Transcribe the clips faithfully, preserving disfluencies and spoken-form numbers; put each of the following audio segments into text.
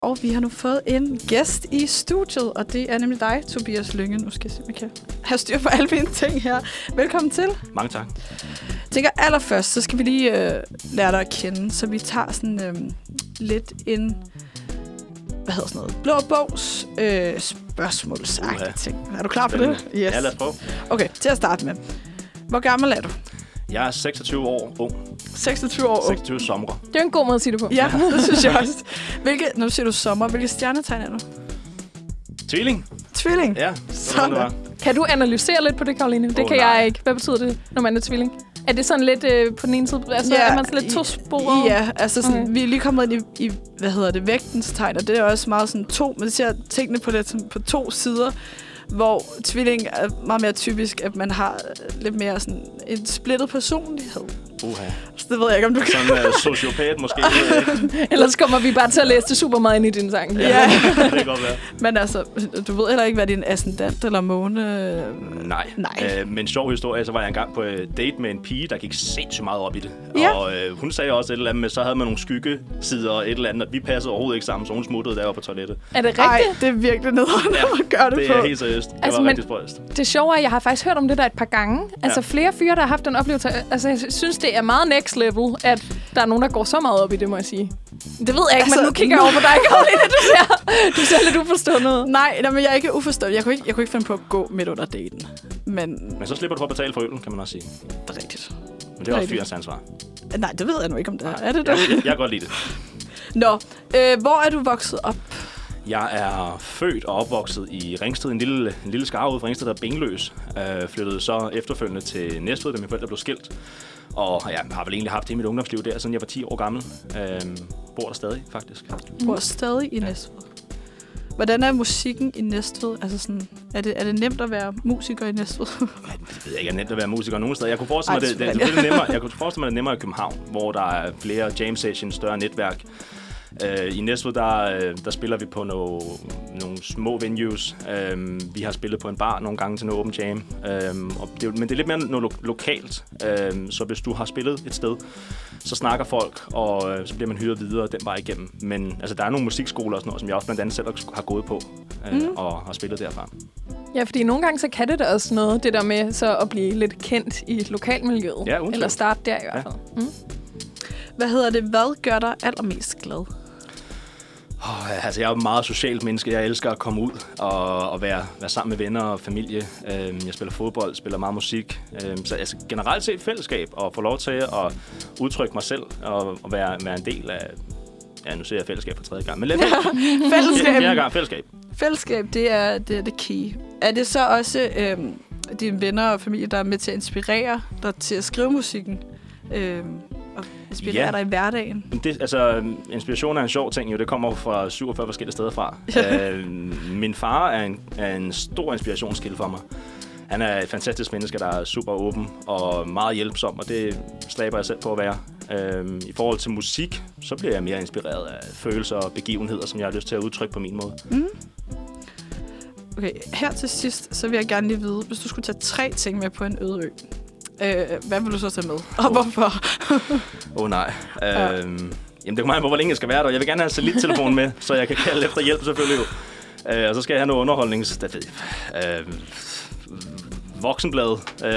Og vi har nu fået en gæst i studiet, og det er nemlig dig, Tobias Lynge. Nu skal jeg se, om jeg kan have styr på alle mine ting her. Velkommen til. Mange tak. Jeg tænker allerførst, så skal vi lige øh, lære dig at kende, så vi tager sådan øh, lidt en, hvad hedder sådan noget, blå bogs øh, spørgsmålsagtige ting. Er du klar på det? Yes. Ja, lad os prøve. Okay, til at starte med. Hvor gammel er du? Jeg er seksogtyve år ung. seksogtyve år ung. seksogtyve somre. Det er jo en god måde at sige det på. Ja, det synes jeg også. Hvilke, når du siger du sommer, hvilke stjernetegn er du? Tvilling. Tvilling? Ja, sådan. Det kan du analysere lidt på det, Karoline? Det oh, kan nej. jeg ikke. Hvad betyder det, når man er tvilling? Er det sådan lidt øh, på den ene side? Altså, ja, er man sådan lidt tosporet? Ja, altså sådan, okay. vi er lige kommet ind i, i, hvad hedder det, vægtens tegn, og det er også meget sådan to, man ser tingene på det på to sider, hvor tvilling er meget mere typisk, at man har lidt mere sådan en splittet personlighed. Uha. Så det ved jeg ikke, om du kan. Sådan en uh, sociopat måske. Ellers kommer vi bare til at læse det super meget ind i din sang. Ja, ja. Det kan godt være. Men altså, du ved heller ikke, hvad din ascendant eller måne... Nej. Nej. Øh, men sjov historie, så var jeg engang på et date med en pige, der gik sindssygt meget op i det. Ja. Og øh, hun sagde også et eller andet med, så havde man nogle skyggesider og et eller andet, og vi passede overhovedet ikke sammen, så hun smuttede deroppe på toilettet. Er det rigtigt? Nej, det er virkelig nederen, ja, man gør det, det på. Det er helt seriøst. Det altså, var rigtig spøjst. Det sjove er, at jeg har faktisk hørt om det der et par gange. Altså ja. flere fyre, der har haft den oplevelse. Altså jeg synes, det er meget next level, at der er nogen, der går så meget op i det, må jeg sige. Det ved jeg ikke, altså, men nu kigger jeg over på dig, Karoline. Du ser, du ser lidt uforstående ud. Nej, nej, men jeg er ikke uforstående. Jeg kunne ikke, jeg kunne ikke finde på at gå midt under daten. Men, men så slipper du for at betale for øllen, kan man også sige. Det er rigtigt. Men det er også fyrens ansvar. Nej, det ved jeg nu ikke, om det er. Er det jeg, det? jeg, jeg kan godt lide det. Nå, øh, hvor er du vokset op? Jeg er født og opvokset i Ringsted, en lille, en lille skare ude fra Ringsted, der er Bengeløs. Øh, flyttede så efterfølgende til Næstved, da mine forældre blev skilt. Og jeg har vel egentlig haft det i mit ungdomsliv der, siden jeg var ti år gammel. Øh, bor der stadig, faktisk. Mm. Bor stadig i Næstved. Hvordan er musikken i Næstved? Altså sådan, er det, er det nemt at være musiker i Næstved? Jeg ved ikke, er det nemt at være musiker nogen steder. Jeg kunne forestille mig, Ej, det, det, det, det nemmere. Jeg kunne forestille mig, det er nemmere i København, hvor der er flere jam sessions, større netværk. Uh, I Næstved, der, der spiller vi på no, nogle små venues. Uh, vi har spillet på en bar nogle gange til noget open jam. Uh, og det, men det er lidt mere noget lo- lokalt. Uh, så hvis du har spillet et sted, så snakker folk, og uh, så bliver man hyret videre den vej igennem. Men altså, der er nogle musikskoler og sådan noget, som jeg også blandt andet selv har gået på uh, mm. og har spillet derfra. Ja, fordi nogle gange så kan det da også noget, det der med så at blive lidt kendt i lokalmiljøet. Ja, eller starte der i hvert fald. Ja. Mm. Hvad hedder det? Hvad gør dig allermest glad? Oh, altså, jeg er et meget socialt menneske. Jeg elsker at komme ud og, og være, være sammen med venner og familie. Uh, jeg spiller fodbold, spiller meget musik. Uh, så altså, generelt set fællesskab og få lov til at udtrykke mig selv og, og være, være en del af... Ja, nu ser jeg fællesskab for tredje gang. Men lad fællesskab. Fjerde gang, fællesskab. Fællesskab, det er det, er det key. Er det så også øhm, dine venner og familie, der er med til at inspirere dig til at skrive musikken? Øhm, og inspirere ja. dig i hverdagen? Det, altså, inspiration er en sjov ting, jo. Det kommer fra syvogfyrre forskellige steder fra. øh, min far er en, er en stor inspirationskilde for mig. Han er et fantastisk menneske, der er super åben og meget hjælpsom, og det stræber jeg selv på at være. Øhm, I forhold til musik, så bliver jeg mere inspireret af følelser og begivenheder, som jeg har lyst til at udtrykke på min måde. Mm. Okay, her til sidst, så vil jeg gerne lige vide, hvis du skulle tage tre ting med på en øde ø, øh, hvad vil du så tage med, og oh. hvorfor? Åh oh, nej. Ja. Øhm, jamen det kommer an på, hvor længe jeg skal være der. Jeg vil gerne have en satellittelefon med, så jeg kan kalde efter hjælp selvfølgelig. Øh, og så skal jeg have noget underholdnings... Det ved jeg. Øh, Voksenblad. øh,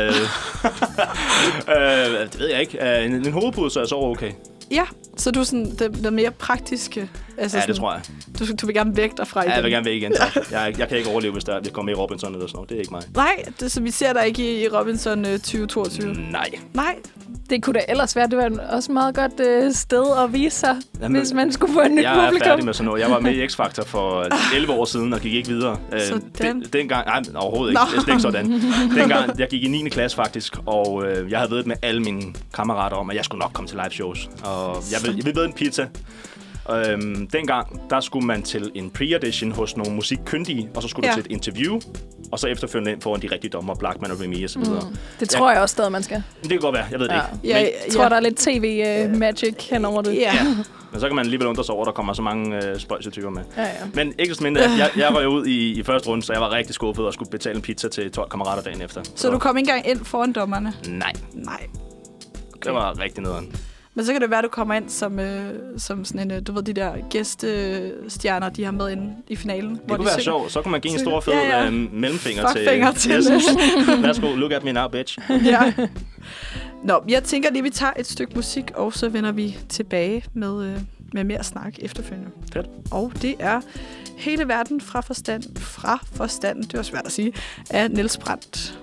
øh, det ved jeg ikke. En, en hovedpude, så er så okay. Ja, så du er sådan det, det mere praktiske. Altså ja, sådan, det tror jeg. Du, du vil gerne væk derfra igen. Ja, jeg vil gerne væk igen. jeg, jeg kan ikke overleve, hvis der vi kommer med i Robinson eller sådan noget. Det er ikke mig. Nej, det, så vi ser dig ikke i, i Robinson uh, tyve toogtyve. Nej. Nej. Det kunne da ellers være. Det var også et meget godt øh, sted at vise sig, Jamen, hvis man skulle få en nyt jeg publikum. Jeg er færdig med sådan noget. Jeg var med i X-Factor for elleve år siden og gik ikke videre. Den, dengang, nej, overhovedet ikke. Det er ikke sådan. Dengang, jeg gik i niende klasse faktisk, og øh, jeg havde ved med alle mine kammerater om, at jeg skulle nok komme til live shows. Og jeg ville, jeg ville ved en pizza. Øhm, dengang, der skulle man til en pre-audition hos nogle musikkyndige, og så skulle ja. du til et interview, og så efterfølgende ind foran de rigtige dommer, Blackman og Remy og så videre. Mm. Det tror jeg, jeg også stadig, man skal. Det kan godt være, jeg ved det ja. ikke. Ja, jeg men, tror, ja. der er lidt tv-magic uh, henover det. Ja. ja. Men så kan man alligevel undre sig over, at der kommer så mange uh, spøjsetyper med. Ja, ja. Men ikke så mindre, jeg, jeg røg ud i, i første runde, så jeg var rigtig skuffet og skulle betale en pizza til tolv kammerater dagen efter. Så, så du kom ikke engang ind foran dommerne? Nej. Nej. Okay. Det var rigtig nederen. Men så kan det være, at du kommer ind som, øh, som sådan en, du ved, de der gæstestjerner, de har med inde i finalen. Det hvor kunne de være sjovt. Så kan man give en stor fed ja, ja. Øh, mellemfinger Fuck til... finger til yes. Værsgo, look at me now, bitch. Ja. Nå, jeg tænker lige, vi tager et stykke musik, og så vender vi tilbage med, øh, med mere snak efterfølgende. Fedt. Og det er Hele verden fra forstand, fra forstanden, det var svært at sige, af Niels Brandt.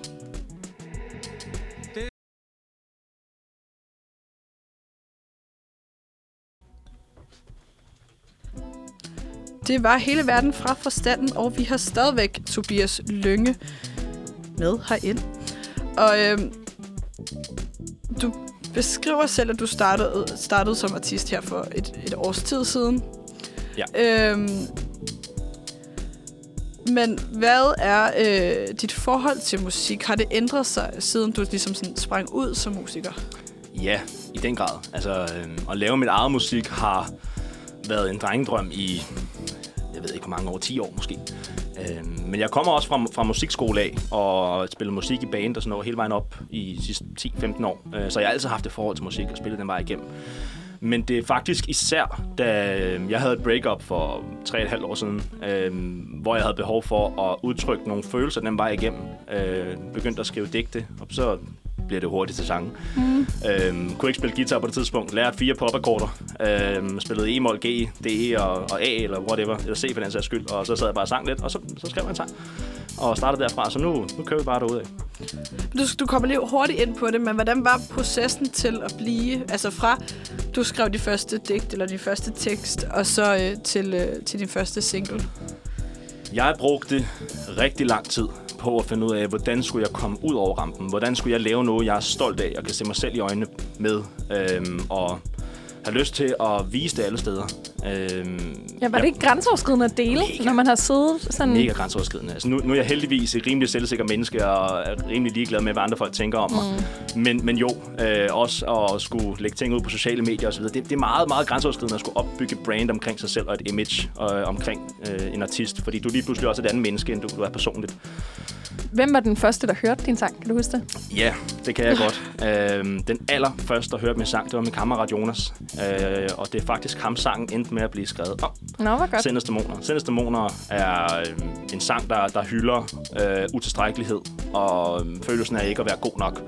Det var Hele verden fra forstanden, og vi har stadigvæk Tobias Lynge med herind. Og øhm, du beskriver selv, at du startede, startede som artist her for et, et års tid siden. Ja. Øhm, men hvad er øh, dit forhold til musik? Har det ændret sig, siden du ligesom sådan sprang ud som musiker? Ja, i den grad. Altså, øh, at lave mit eget musik har været en drengedrøm i, jeg ved ikke hvor mange år, ti år måske. Øh, men jeg kommer også fra, fra musikskole af, og spillet musik i band og sådan noget hele vejen op i de sidste ti femten år. Øh, så jeg har altid haft et forhold til musik og spillet den vej igennem. Men det er faktisk især, da jeg havde et breakup for tre og et halvt år siden, øh, hvor jeg havde behov for at udtrykke nogle følelser den vej igennem. Øh, begyndte at skrive digte, og så bliver det hurtigt til sange. Mm. Øhm, kunne ikke spille guitar på det tidspunkt. Lærte fire popakkorder. Øhm, spillede E-mol, G, D, og, og A, eller whatever. Eller C for den sags skyld. Og så sad jeg bare og sang lidt, og så, så skrev jeg en sang. Og startede derfra, så nu, nu kører vi bare derudad. Du, du kommer lige hurtigt ind på det, men hvordan var processen til at blive, altså fra du skrev de første digt, eller de første tekst, og så øh, til, øh, til din første single? Jeg brugte rigtig lang tid på at finde ud af, hvordan skulle jeg komme ud over rampen. Hvordan skulle jeg lave noget, jeg er stolt af, og kan se mig selv i øjnene med. Øhm, og have lyst til at vise det alle steder. Øhm, ja, var det ikke grænseoverskridende at dele, mega, når man har siddet sådan... Mega grænseoverskridende. Altså, nu, nu er jeg heldigvis et rimelig selvsikker menneske, og er rimelig ligeglad med, hvad andre folk tænker om mig. Mm. Men, men jo, øh, også at skulle lægge ting ud på sociale medier osv., det, det er meget, meget grænseoverskridende at skulle opbygge et brand omkring sig selv og et image øh, omkring øh, en artist. Fordi du lige pludselig også er et andet menneske, end du, du er personligt. Hvem var den første, der hørte din sang? Kan du huske det? Ja, det kan jeg godt. øhm, den allerførste, der hørte min sang, det var min kammerat Jonas. Øh, og det er faktisk ham, sangen endte med at blive skrevet om. Nå, hvor godt. Sendes Dæmoner. Sendes Dæmoner er øh, en sang, der, der hylder øh, utilstrækkelighed og øh, følelsen af ikke at være god nok.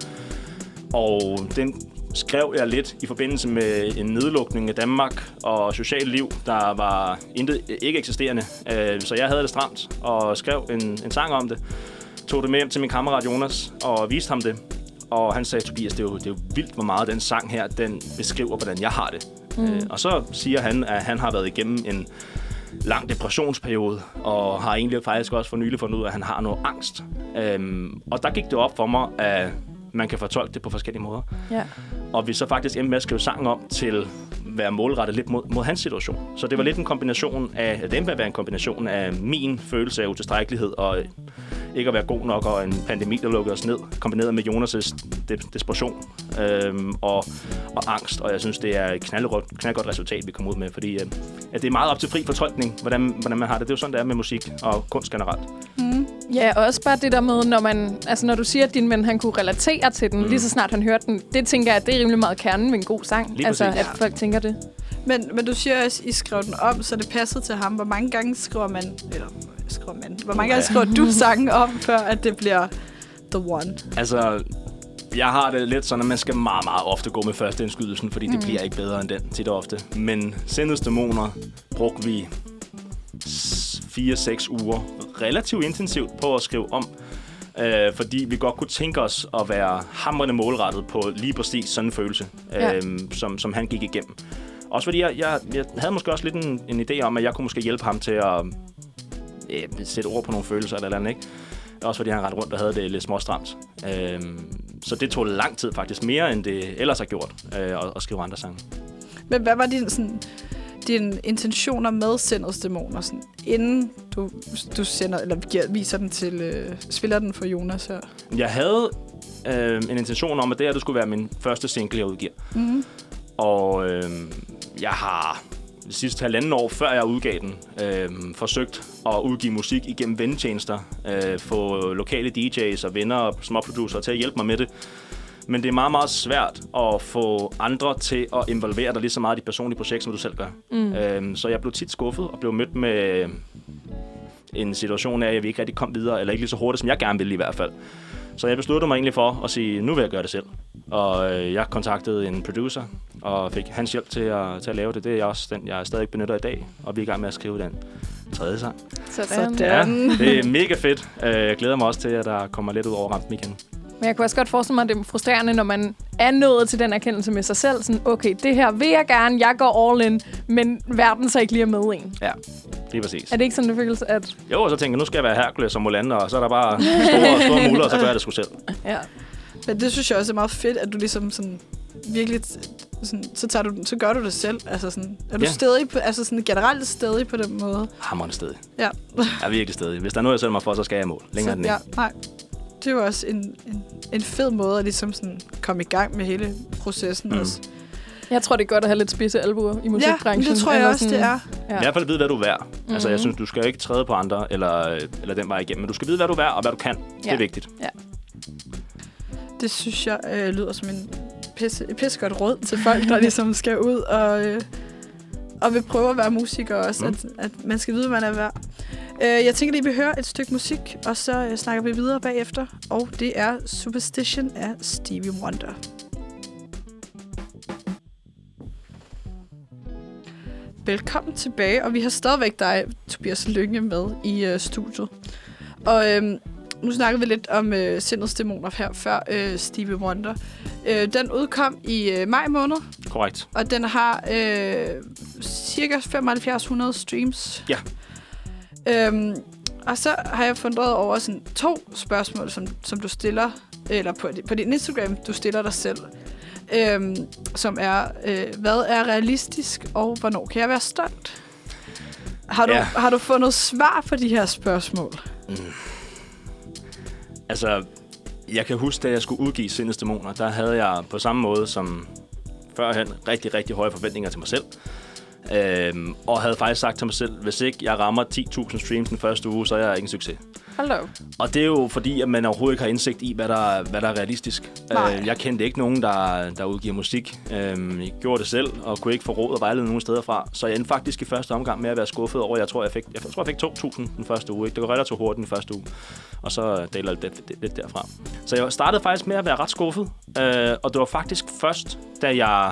Og den skrev jeg lidt i forbindelse med en nedlukning af Danmark og socialt liv, der var intet, ikke eksisterende. Øh, så jeg havde det stramt og skrev en, en sang om det. Tog det med hjem til min kammerat Jonas og viste ham det. Og han sagde, Tobias, det er jo, det er jo vildt, hvor meget den sang her, den beskriver, hvordan jeg har det. Mm. Øh, og så siger han, at han har været igennem en lang depressionsperiode, og har egentlig faktisk også for nylig fundet ud af, at han har noget angst. Øhm, og der gik det op for mig, at man kan fortolke det på forskellige måder. Ja. Og vi så faktisk endte med at skrive sangen om til at være målrettet lidt mod, mod hans situation. Så det var lidt en kombination af, det endte med at være en kombination af min følelse af utilstrækkelighed og ikke at være god nok, og en pandemi, der lukkede os ned, kombineret med Jonas' de- desperation øhm, og, og angst. Og jeg synes, det er et knaldgodt, knaldgodt resultat, vi kom ud med, fordi øh, at det er meget op til fri fortolkning, hvordan, hvordan man har det. Det er jo sådan, det er med musik og kunst generelt. Mm. Ja, og også bare det der med, når man, altså når du siger, at din ven, han kunne relatere til den, mm. lige så snart han hørte den, det tænker jeg, at det er rimelig meget kernen ved en god sang. Lige altså, præcis. at folk tænker det. Men, men du siger også, at I skrev den om, så det passede til ham. Hvor mange gange skriver man, eller skriver man, hvor mange gange skriver du sangen om, før at det bliver the one? Altså, jeg har det lidt sådan, at man skal meget, meget ofte gå med første indskydelsen, fordi mm. det bliver ikke bedre end den tit og ofte. Men Sendes Dæmoner brugte vi fire seks uger relativt intensivt på at skrive om, øh, fordi vi godt kunne tænke os at være hamrende målrettet på lige præcis sådan en følelse, ja. øh, som, som han gik igennem. Også fordi jeg, jeg, jeg havde måske også lidt en, en idé om, at jeg kunne måske hjælpe ham til at øh, sætte ord på nogle følelser eller andet, ikke? Også fordi han ret rundt og havde det lidt småstramt. Øh, så det tog lang tid faktisk, mere end det ellers har gjort, øh, at, at skrive andre sange. Men hvad var din sådan dine intentioner med Sendes Dæmoner, sådan, inden du, du sender, eller giver, viser den til, øh, spiller den for Jonas her? Jeg havde øh, en intention om, at det her det skulle være min første single, jeg udgiver. Mm-hmm. Og øh, jeg har de sidste halvanden år, før jeg udgav den, øh, forsøgt at udgive musik igennem vennetjenester, øh, få lokale D J's og venner og småproducere til at hjælpe mig med det. Men det er meget, meget svært at få andre til at involvere dig lige så meget i de personlige projekter, som du selv gør. Mm. Øhm, så jeg blev tit skuffet og blev mødt med en situation af, at vi ikke rigtig kom videre, eller ikke lige så hurtigt, som jeg gerne ville i hvert fald. Så jeg besluttede mig egentlig for at sige, nu vil jeg gøre det selv. Og øh, jeg kontaktede en producer, og fik hans hjælp til at, til at lave det. Det er jeg også den, jeg stadig benytter i dag, og vi er i gang med at skrive den tredje sang. Sådan. Ja, det er mega fedt. Jeg glæder mig også til, at der kommer lidt ud over rampen igen. Men jeg kunne også godt forestille mig, at det er frustrerende, når man er nået til den erkendelse med sig selv. Sådan, okay, det her vil jeg gerne, jeg går all in, men verden så ikke lige med en. Ja, det er præcis. Er det ikke sådan, det føles, at... Jo, og så tænker jeg, nu skal jeg være Hercules og Mulan, og så er der bare store, store muller, og så gør jeg det sgu selv. Ja. Men det synes jeg også er meget fedt, at du ligesom sådan virkelig... Sådan, så, tager du, så gør du det selv. Altså sådan, er du ja. stedig på, altså sådan generelt stedig på den måde? Hamrende stedig. Ja. Jeg er virkelig stedig. Hvis der er noget, jeg sætter mig for, så skal jeg i mål. Længere så, den ikke. Ja, nej. Det er jo også en, en, en fed måde at ligesom sådan komme i gang med hele processen mm. også. Jeg tror, det er godt at have lidt spidse albuer i musikbranchen. Ja, det tror jeg også, sådan, det er. Ja. I hvert fald vide, hvad du er værd. Mm-hmm. Altså, jeg synes, du skal ikke træde på andre, eller, eller den vej igennem. Men du skal vide, hvad du er værd, og hvad du kan. Ja. Det er vigtigt. Ja. Det synes jeg øh, lyder som en pisse, pisse godt råd til folk, der ligesom skal ud og, øh, og vil prøve at være musiker også. Mm. At, at man skal vide, hvad man er værd. Øh, jeg tænker, at I vil høre et stykke musik, og så øh, snakker vi videre bagefter. Og det er Superstition af Stevie Wonder. Velkommen tilbage, og vi har stadigvæk dig, Tobias Lynge, med i øh, studiet. Og øh, nu snakker vi lidt om øh, Sindets Dæmoner her før øh, Stevie Wonder. Øh, den udkom i øh, maj måned. Korrekt. Og den har øh, cirka femoghalvfjerds hundrede streams. Ja. Øhm, og så har jeg fundet over sådan to spørgsmål, som, som du stiller, eller på, på din Instagram, du stiller dig selv. Øhm, som er, øh, hvad er realistisk, og hvornår kan jeg være stolt? Har du, ja. har du fundet svar på de her spørgsmål? Mm. Altså, jeg kan huske, da jeg skulle udgive Sindets Dæmoner, der havde jeg på samme måde som førhen rigtig, rigtig høje forventninger til mig selv. Øhm, og havde faktisk sagt til mig selv, hvis ikke jeg rammer ti tusind streams den første uge, så er jeg ikke en succes. Hello. Og det er jo fordi, at man overhovedet ikke har indsigt i, hvad der, hvad der er realistisk. Øh, jeg kendte ikke nogen, der, der udgiver musik. Øh, jeg gjorde det selv, og kunne ikke få råd og vejlede nogen steder fra. Så jeg endte faktisk i første omgang med at være skuffet over, jeg tror, jeg fik, jeg tror, jeg fik to tusind den første uge. Ikke? Det går relativt hurtigt den første uge. Og så deler det lidt, lidt derfra. Så jeg startede faktisk med at være ret skuffet. Øh, og det var faktisk først, da jeg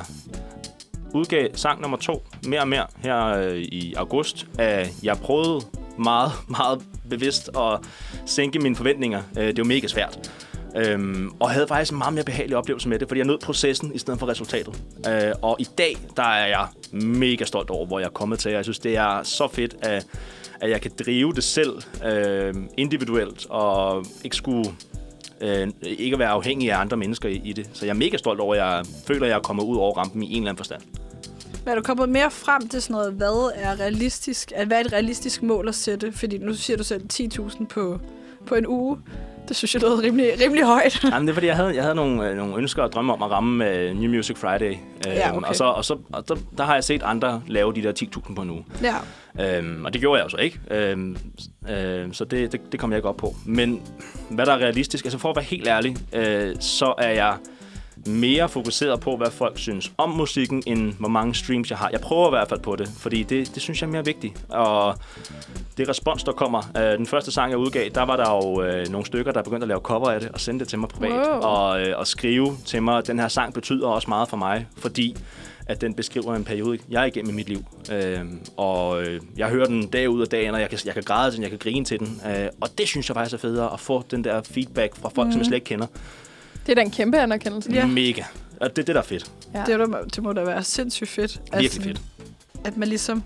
udgav sang nummer to, mere og mere, her øh, i august, at jeg prøvede meget, meget bevidst at sænke mine forventninger. Øh, det var mega svært. Øhm, og havde faktisk en meget mere behagelig oplevelse med det, fordi jeg nød processen i stedet for resultatet. Øh, og i dag, der er jeg mega stolt over, hvor jeg er kommet til. Jeg synes, det er så fedt, at, at jeg kan drive det selv øh, individuelt, og ikke skulle... Øh, ikke at være afhængig af andre mennesker i, i det. Så jeg er mega stolt over, at jeg føler, at jeg er kommet ud over rampen i en eller anden forstand. Men er du kommet mere frem til sådan noget, hvad er realistisk? Hvad er et realistisk mål at sætte? Fordi nu siger du selv ti tusind på, på en uge. Det synes jeg lød rimelig, rimelig højt. Jamen, det er fordi, jeg havde, jeg havde nogle, øh, nogle ønsker og drømme om at ramme uh, New Music Friday. Uh, ja, okay. Og, så, og, så, og der, der har jeg set andre lave de der ti tusind på en uge. Ja. Um, og det gjorde jeg jo så ikke. Um, uh, så det, det, det kom jeg ikke op på. Men hvad der er realistisk, altså for at være helt ærlig, uh, så er jeg mere fokuseret på, hvad folk synes om musikken, end hvor mange streams jeg har. Jeg prøver i hvert fald på det, fordi det, det synes jeg er mere vigtigt. Og det respons, der kommer. Øh, den første sang, jeg udgav, der var der jo øh, nogle stykker, der begyndte at lave cover af det og sende det til mig privat. Wow. Og, øh, og skrive til mig, at den her sang betyder også meget for mig, fordi at den beskriver en periode, jeg er igennem i mit liv. Øh, og øh, jeg hører den dag ud af dagen, og jeg kan, jeg kan græde til den, jeg kan grine til den. Øh, og det synes jeg faktisk er federe, at få den der feedback fra folk, mm. som jeg slet ikke kender. Det er da en kæmpe anerkendelse. Ja. Mega. Og det er det, der er fedt. Ja. Det, må, det må da være sindssygt fedt. Virkelig altså, fedt. At man ligesom...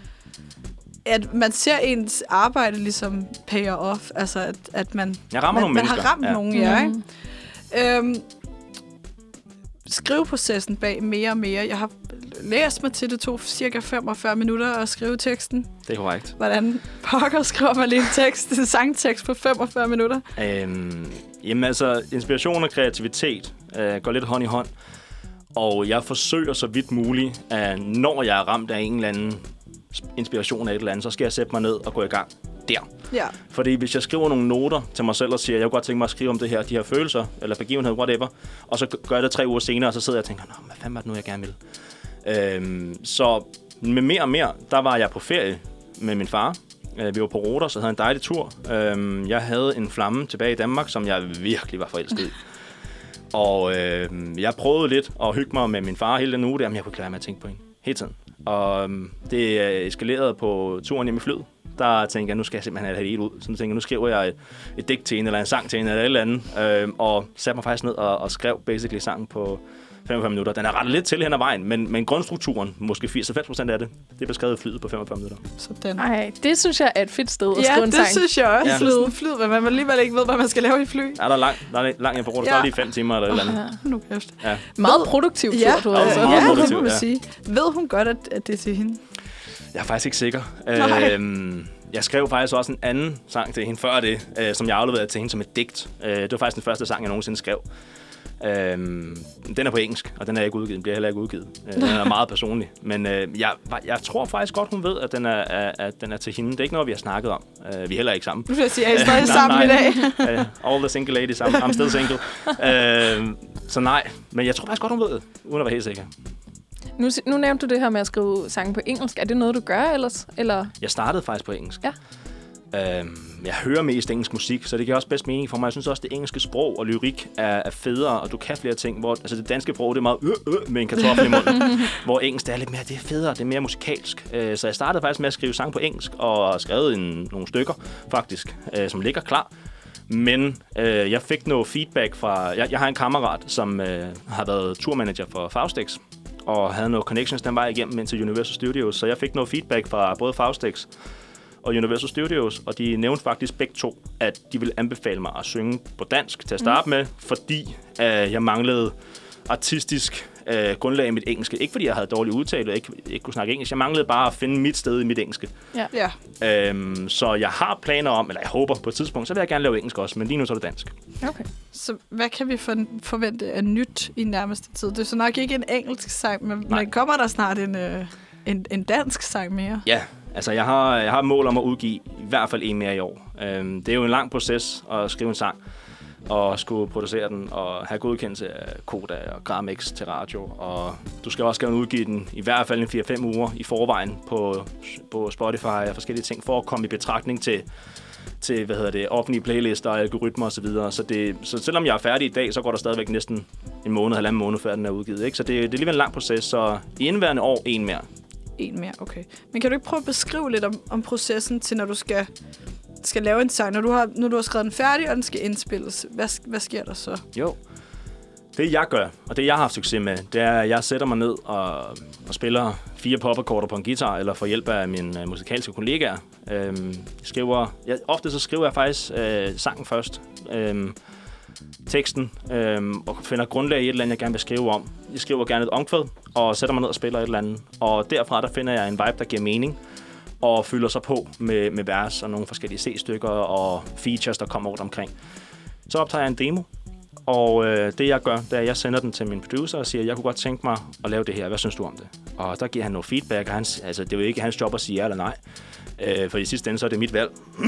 At man ser ens arbejde ligesom payer off. Altså, at, at man... Jeg rammer man, nogle man mennesker. har ramt ja. nogen, ja, ikke? Øhm, skriveprocessen bag mere og mere. Jeg har læst mig til, det tog cirka femogfyrre minutter at skrive teksten. Det er korrekt. Hvordan pokker skriver man lige en tekst, en sangtekst på femogfyrre minutter? Øhm, jamen altså, inspiration og kreativitet øh, går lidt hånd i hånd. Og jeg forsøger så vidt muligt, at når jeg er ramt af en eller anden inspiration af et eller andet, så skal jeg sætte mig ned og gå i gang. der. Ja. Fordi hvis jeg skriver nogle noter til mig selv og siger, jeg kunne godt tænke mig at skrive om det her, de her følelser, eller begivenhed, whatever, og så gør jeg det tre uger senere, og så sidder jeg og tænker, nå, hvad fanden var det nu, jeg gerne vil? Øhm, så med mere og mere, der var jeg på ferie med min far. Vi var på Rhodos og havde en dejlig tur. Øhm, jeg havde en flamme tilbage i Danmark, som jeg virkelig var forelsket i. Og øh, jeg prøvede lidt at hygge mig med min far hele den uge der, men jeg kunne ikke klare med at tænke på hende hele tiden. Og øhm, det eskalerede på turen hjem i flyet. Der tænkte jeg, nu skal jeg simpelthen have det helt ud. Så tænkte jeg, nu skriver jeg et, et digt til en, eller en sang til en, eller et eller andet. Øhm, og satte mig faktisk ned og, og skrev basically sangen på femogfyrre minutter. Den er rettet lidt til hen ad vejen, men, men grundstrukturen, måske firs til halvfems procent af det, det er beskrevet i flyet på femogfyrre minutter. Sådan. Ej, det synes jeg er et fedt sted at ja, skrive en sang. Ja, det synes jeg også. Ja. Flyet, flyet, men man alligevel ikke ved, hvad man skal lave i fly. Ja, der er langt. Der er langt hjem på Rhodos. Ja. Der er lige fem timer eller et eller andet. Ja. Nu kæft. Ja. Meget produktivt tur, ja, du har. altså, meget ja, produktiv, det må man ja. sige. Ved hun godt, at, at det er til hende? Jeg er faktisk ikke sikker. Nej. Øhm, jeg skrev faktisk også en anden sang til hende før det, øh, som jeg afleverede til hende som et digt. Øh, det var faktisk den første sang, jeg nogensinde skrev. Øhm, den er på engelsk, og den er ikke udgivet. Den bliver heller ikke udgivet. Øh, den er meget personlig. Men øh, jeg, jeg tror faktisk godt, hun ved, at den er, at den er til hende. Det er ikke noget, vi har snakket om. Øh, vi er heller ikke sammen. Nu vil jeg sige, at I er stadig sammen nej, i dag. uh, all the single ladies, I'm, I'm still single. øh, så nej, men jeg tror faktisk godt, hun ved det, uden at være helt sikker. Nu, nu nævnte du det her med at skrive sange på engelsk. Er det noget, du gør ellers? Eller? Jeg startede faktisk på engelsk. Ja. Øhm, jeg hører mest engelsk musik, så det giver også bedst mening for mig. Jeg synes også, det engelske sprog og lyrik er, er federe, og du kan flere ting. Hvor, altså det danske sprog, det er meget øh, øh, med en kartoffel i munden. Hvor engelsk, det er lidt mere, det er federe, det er mere musikalsk. Øh, så jeg startede faktisk med at skrive sang på engelsk, og har skrevet en, nogle stykker, faktisk, øh, som ligger klar. Men øh, jeg fik noget feedback fra... Jeg, jeg har en kammerat, som øh, har været turmanager for Faustix, og havde nogle connections den vej igennem ind til Universal Studios. Så jeg fik noget feedback fra både Faustix og Universal Studios, og de nævnte faktisk begge to, at de ville anbefale mig at synge på dansk til at starte mm. med, fordi øh, jeg manglede artistisk øh, grundlag i mit engelske. Ikke fordi jeg havde dårlig udtale og ikke, ikke kunne snakke engelsk. Jeg manglede bare at finde mit sted i mit engelske. Ja. Ja. Øhm, så jeg har planer om, eller jeg håber på et tidspunkt, så vil jeg gerne lave engelsk også, men lige nu så er det dansk. Okay. Så hvad kan vi for, forvente af nyt i nærmeste tid? Det er så nok ikke en engelsk sang, men, men kommer der snart en, øh, en, en dansk sang mere? Ja, altså jeg har, jeg har mål om at udgive i hvert fald en mere i år. Øhm, det er jo en lang proces at skrive en sang, og skulle producere den, og have godkendelse af Koda og Grammix til radio. Og du skal også gerne udgive den i hvert fald en fire til fem uger i forvejen på, på Spotify og forskellige ting, for at komme i betragtning til, til hvad hedder det, offentlige playlister, algoritmer osv. Så, så, det, så selvom jeg er færdig i dag, så går der stadigvæk næsten en måned, halvanden måned, før den er udgivet. Ikke? Så det, det er alligevel en lang proces, så i indværende år en mere. En mere, okay. Men kan du ikke prøve at beskrive lidt om, om processen til, når du skal, skal lave en sang? Når du, har, når du har skrevet den færdig, og den skal indspilles, hvad, hvad sker der så? Jo. Det jeg gør, og det jeg har haft succes med, det er, at jeg sætter mig ned og, og spiller fire popakkorder på en guitar, eller får hjælp af mine uh, musikalske kollegaer. Øhm, skriver, jeg, ofte så skriver jeg faktisk øh, sangen først, øhm, teksten, øhm, og finder grundlag i et eller andet, jeg gerne vil skrive om. Jeg skriver gerne et omkvæd, og sætter mig ned og spiller et eller andet. Og derfra der finder jeg en vibe, der giver mening, og fylder sig på med, med vers og nogle forskellige C-stykker og features, der kommer rundt omkring. Så optager jeg en demo, og øh, det jeg gør, det er, at jeg sender den til min producer og siger, jeg kunne godt tænke mig at lave det her. Hvad synes du om det? Og der giver han noget feedback, og han, altså, det er jo ikke hans job at sige ja eller nej, øh, for i sidste ende så er det mit valg.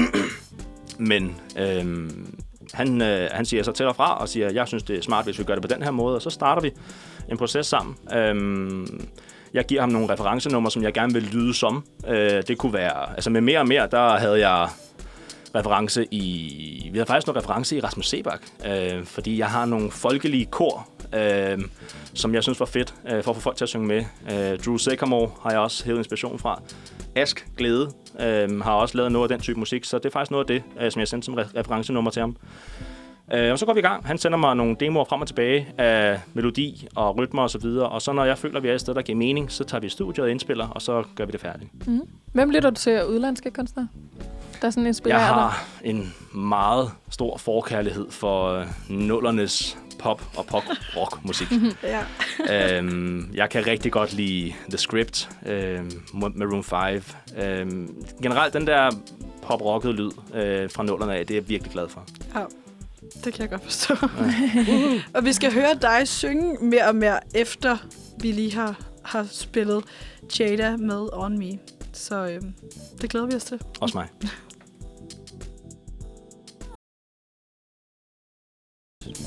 Men øh, han, øh, han siger så til og fra og siger, jeg synes, det er smart, hvis vi gør det på den her måde, og så starter vi en proces sammen. Øh, jeg giver ham nogle referencenumre, som jeg gerne vil lyde som. Øh, det kunne være, altså med mere og mere, der havde jeg reference i... Vi har faktisk noget reference i Rasmus Sebak, øh, fordi jeg har nogle folkelige kor, øh, som jeg synes var fedt øh, for at få folk til at synge med. Øh, Drew Sycamore har jeg også hævet inspiration fra. Ask Glæde øh, har også lavet noget af den type musik, så det er faktisk noget af det, øh, som jeg sendte som re- referencenummer til ham. Øh, og så går vi i gang. Han sender mig nogle demoer frem og tilbage af melodi og rytmer og så videre, og så når jeg føler, at vi er et sted, der giver mening, så tager vi i studiet og indspiller, og så gør vi det færdigt. Mm. Hvem lytter du til udlandske kunstnere, der sådan inspirerer dig? Jeg har en meget stor forkærlighed for uh, nullernes pop- og pop-rock-musik. Ja. øhm, jeg kan rigtig godt lide The Script, øhm, Maroon fem. Øhm, generelt den der pop-rockede lyd øh, fra nullerne af, det er jeg virkelig glad for. Ja, det kan jeg godt forstå. Ja. Og vi skal høre dig synge mere og mere, efter vi lige har, har spillet Jada med On Me. Så øhm, det glæder vi os til. Også mig.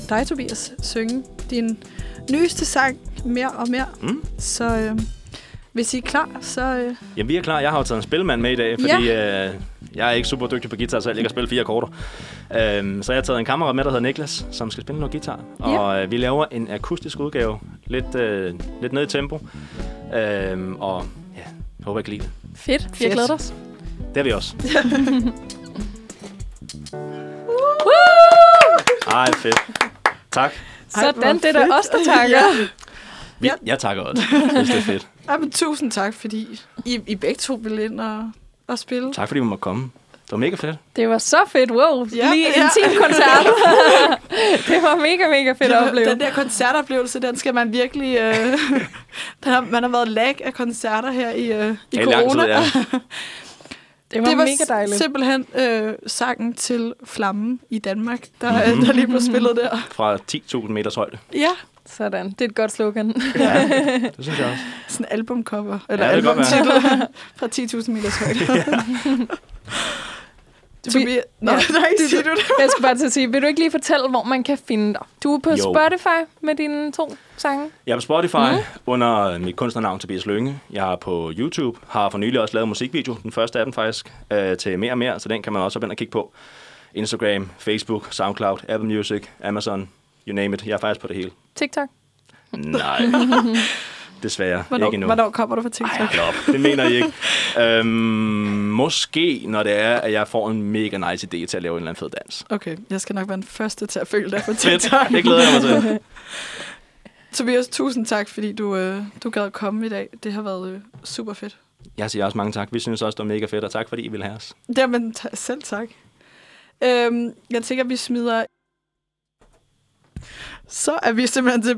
dig, Tobias, synge din nyeste sang mere og mere. Mm. Så øh, hvis I er klar, så... Øh... Ja, vi er klar. Jeg har jo taget en spilmand med i dag, fordi ja. øh, jeg er ikke super dygtig på guitar selv. Jeg kan spille fire akkorder. Øhm, så jeg har taget en kammerat med, der hedder Niklas, som skal spille noget guitar. Ja. Og øh, vi laver en akustisk udgave. Lidt, øh, lidt ned i tempo. Øhm, og ja, jeg håber, I kan lide det. Fedt. Fedt. Jeg glæder os. Det er vi også. Ej, fedt. Tak. Sådan, det er da os, der takker. Vi, jeg takker også, hvis det er fedt. Ja, men tusind tak, fordi I, I begge to ville ind og, og spille. Tak, fordi vi måtte komme. Det var mega fedt. Det var så fedt. Wow. Ja, lige ja. en teamkoncert. Det var mega, mega fedt at opleve. Den der koncertoplevelse, den skal man virkelig... Øh, den har, man har været lag af koncerter her i, øh, i ja, corona. Tid, ja. Det var, det var mega dejligt. Simpelthen øh, sangen til Flammen i Danmark, der, mm-hmm. der lige blev spillet der. Fra ti tusind meters højde. Ja. Sådan. Det er et godt slogan. Ja, det synes jeg også. Sådan en albumcover. Eller ja, albumtitel fra ti tusind meters højde. Ja. Tobias, Nå, ja. nej, siger du det? Jeg skal bare til at sige, vil du ikke lige fortælle, hvor man kan finde dig? Du er på jo. Spotify med dine to sange. Jeg er på Spotify mm. under mit kunstnernavn Tobias Lynge. Jeg er på YouTube, har for nylig også lavet en musikvideo, den første af dem faktisk, øh, til mere og mere, så den kan man også begynde at kigge på. Instagram, Facebook, SoundCloud, Apple Music, Amazon, you name it. Jeg er faktisk på det hele. TikTok? Nej, desværre. Hvornår, ikke endnu. Hvornår kommer du fra TikTok? Ej, det mener jeg ikke. øhm, måske, når det er, at jeg får en mega nice idé til at lave en eller anden fed dans. Okay, jeg skal nok være den første til at følge dig på TikTok. Det glæder jeg mig til. Tobias, tusind tak, fordi du, øh, du gad komme i dag. Det har været øh, super fedt. Jeg siger også mange tak. Vi synes også, det var mega fedt, og tak fordi I ville have os. Jamen, t- selv tak. Øhm, jeg tænker, vi smider... Så er vi simpelthen til